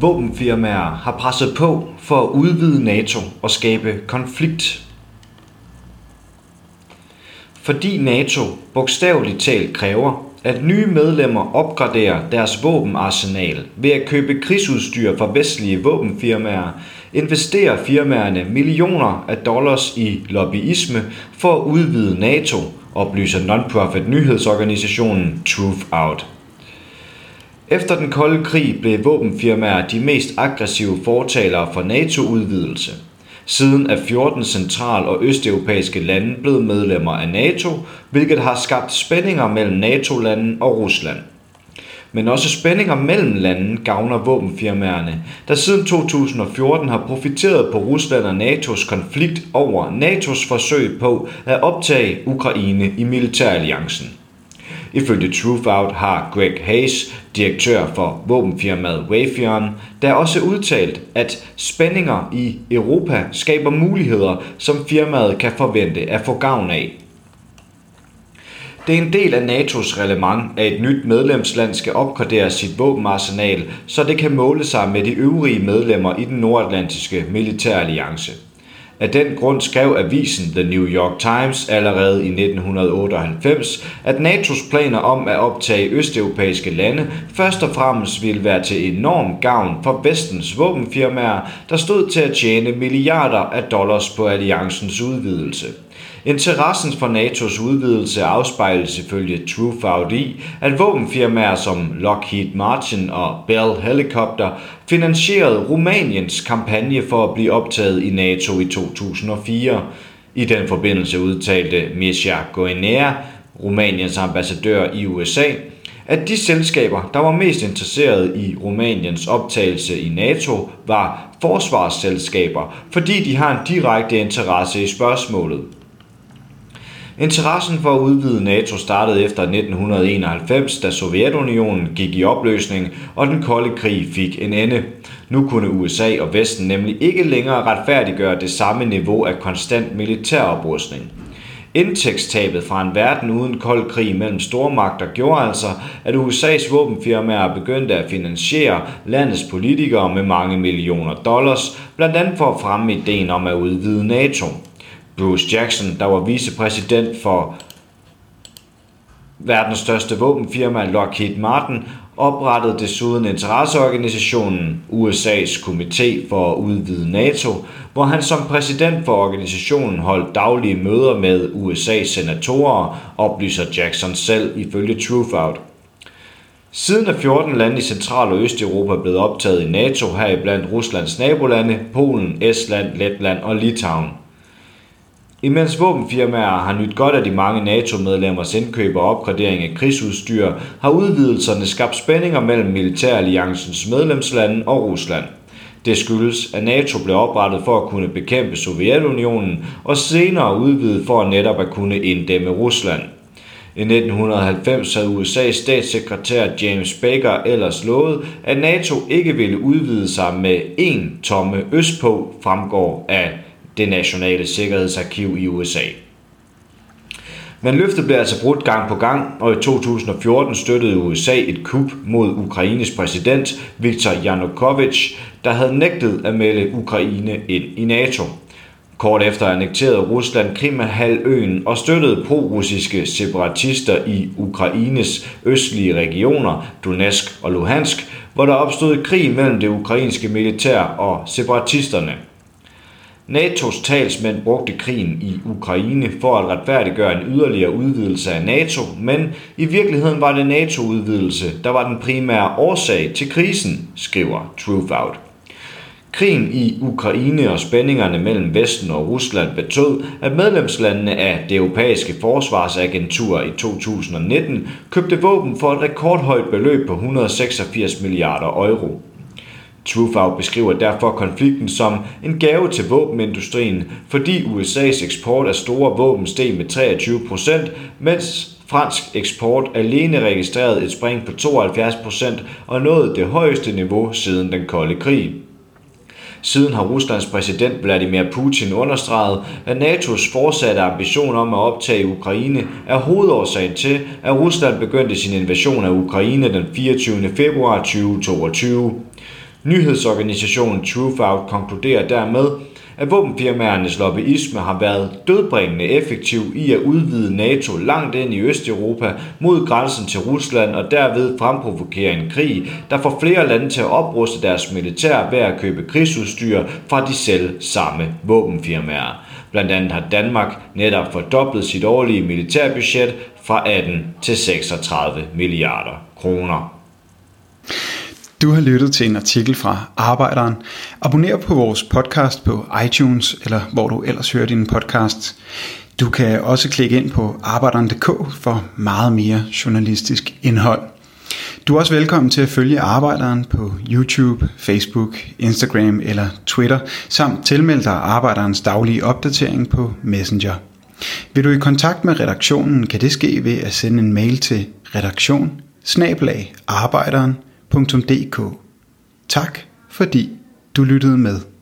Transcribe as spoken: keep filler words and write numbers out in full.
våbenfirmaer har presset på for at udvide NATO og skabe konflikt. Fordi NATO bogstaveligt talt kræver, at nye medlemmer opgraderer deres våbenarsenal ved at købe krigsudstyr fra vestlige våbenfirmaer, investerer firmaerne millioner af dollars i lobbyisme for at udvide NATO, oplyser non-profit nyhedsorganisationen Truthout. Efter den kolde krig blev våbenfirmaer de mest aggressive fortalere for NATO-udvidelse. Siden er fjorten central- og østeuropæiske lande blevet medlemmer af NATO, hvilket har skabt spændinger mellem NATO-lande og Rusland. Men også spændinger mellem lande gavner våbenfirmaerne, der siden to tusind og fjorten har profiteret på Rusland og NATO's konflikt over NATO's forsøg på at optage Ukraine i militæralliancen. Ifølge Truthout har Greg Hayes, direktør for våbenfirmaet Raytheon, der også udtalt, at spændinger i Europa skaber muligheder, som firmaet kan forvente at få gavn af. Det er en del af NATO's reglement, at et nyt medlemsland skal opgradere sit våbenarsenal, så det kan måle sig med de øvrige medlemmer i den nordatlantiske militæralliance. Af den grund skrev avisen The New York Times allerede i nitten otteoghalvfems, at NATO's planer om at optage østeuropæiske lande først og fremmest ville være til enorm gavn for vestens våbenfirmaer, der stod til at tjene milliarder af dollars på alliancens udvidelse. Interessen for NATO's udvidelse afspejles ifølge Truthout i, at våbenfirmaer som Lockheed Martin og Bell Helicopter finansierede Rumæniens kampagne for at blive optaget i NATO i to tusind og fire. I den forbindelse udtalte Mircea Goinea, Rumæniens ambassadør i U S A, at de selskaber, der var mest interesserede i Rumæniens optagelse i NATO, var forsvarsselskaber, fordi de har en direkte interesse i spørgsmålet. Interessen for at udvide NATO startede efter nitten enoghalvfems, da Sovjetunionen gik i opløsning, og den kolde krig fik en ende. Nu kunne U S A og Vesten nemlig ikke længere retfærdiggøre det samme niveau af konstant militæroprustning. Indtægtstabet fra en verden uden kold krig mellem stormagter gjorde altså, at U S A's våbenfirmaer begyndte at finansiere landets politikere med mange millioner dollars, blandt andet for at fremme ideen om at udvide NATO. Bruce Jackson, der var vicepræsident for verdens største våbenfirma Lockheed Martin, oprettede desuden interesseorganisationen U S A's Komité for at udvide NATO, hvor han som præsident for organisationen holdt daglige møder med U S A's senatorer, oplyser Jackson selv ifølge Truthout. Siden er fjorten lande i Central- og Østeuropa blevet optaget i NATO, heriblandt Ruslands nabolande, Polen, Estland, Letland og Litauen. Imens våbenfirmaer har nydt godt af de mange NATO-medlemmers indkøb og opgradering af krigsudstyr, har udvidelserne skabt spændinger mellem militæralliancens medlemslande og Rusland. Det skyldes, at NATO blev oprettet for at kunne bekæmpe Sovjetunionen og senere udvidet for netop at kunne inddæmme Rusland. I nitten halvfems havde U S A's statssekretær James Baker ellers lovet, at NATO ikke ville udvide sig med én tomme østpå, fremgår af det nationale sikkerhedsarkiv i U S A. Men løftet blev altså brudt gang på gang, og i to tusind og fjorten støttede U S A et kup mod Ukraines præsident Viktor Yanukovych, der havde nægtet at melde Ukraine ind i NATO. Kort efter annekterede Rusland Krimhalvøen og støttede pro-russiske separatister i Ukraines østlige regioner, Donetsk og Luhansk, hvor der opstod krig mellem det ukrainske militær og separatisterne. NATO's talsmænd brugte krigen i Ukraine for at retfærdiggøre en yderligere udvidelse af NATO, men i virkeligheden var det NATO-udvidelse, der var den primære årsag til krisen, skriver Truthout. Krigen i Ukraine og spændingerne mellem Vesten og Rusland betød, at medlemslandene af det europæiske forsvarsagentur i to tusind og nitten købte våben for et rekordhøjt beløb på et hundrede og seksogfirs milliarder euro. Truthout beskriver derfor konflikten som en gave til våbenindustrien, fordi U S A's eksport af store våben steg med treogtyve procent, mens fransk eksport alene registrerede et spring på tooghalvfjerds procent og nåede det højeste niveau siden den kolde krig. Siden har Ruslands præsident Vladimir Putin understreget, at NATO's fortsatte ambition om at optage Ukraine er hovedårsagen til, at Rusland begyndte sin invasion af Ukraine den fireogtyvende februar to tusind og toogtyve. Nyhedsorganisationen Truthout konkluderer dermed, at våbenfirmaernes lobbyisme har været dødbringende effektiv i at udvide NATO langt ind i Østeuropa mod grænsen til Rusland og derved fremprovokere en krig, der får flere lande til at opruste deres militær ved at købe krigsudstyr fra de selv samme våbenfirmaer. Blandt andet har Danmark netop fordoblet sit årlige militærbudget fra atten til seksogtredive milliarder kroner. Du har lyttet til en artikel fra Arbejderen. Abonner på vores podcast på iTunes, eller hvor du ellers hører dine podcasts. Du kan også klikke ind på arbejderen punktum d k for meget mere journalistisk indhold. Du er også velkommen til at følge Arbejderen på YouTube, Facebook, Instagram eller Twitter, samt tilmelde dig Arbejderens daglige opdatering på Messenger. Vil du i kontakt med redaktionen, kan det ske ved at sende en mail til redaktion bindestreg arbejderen punktum d k. Tak fordi du lyttede med.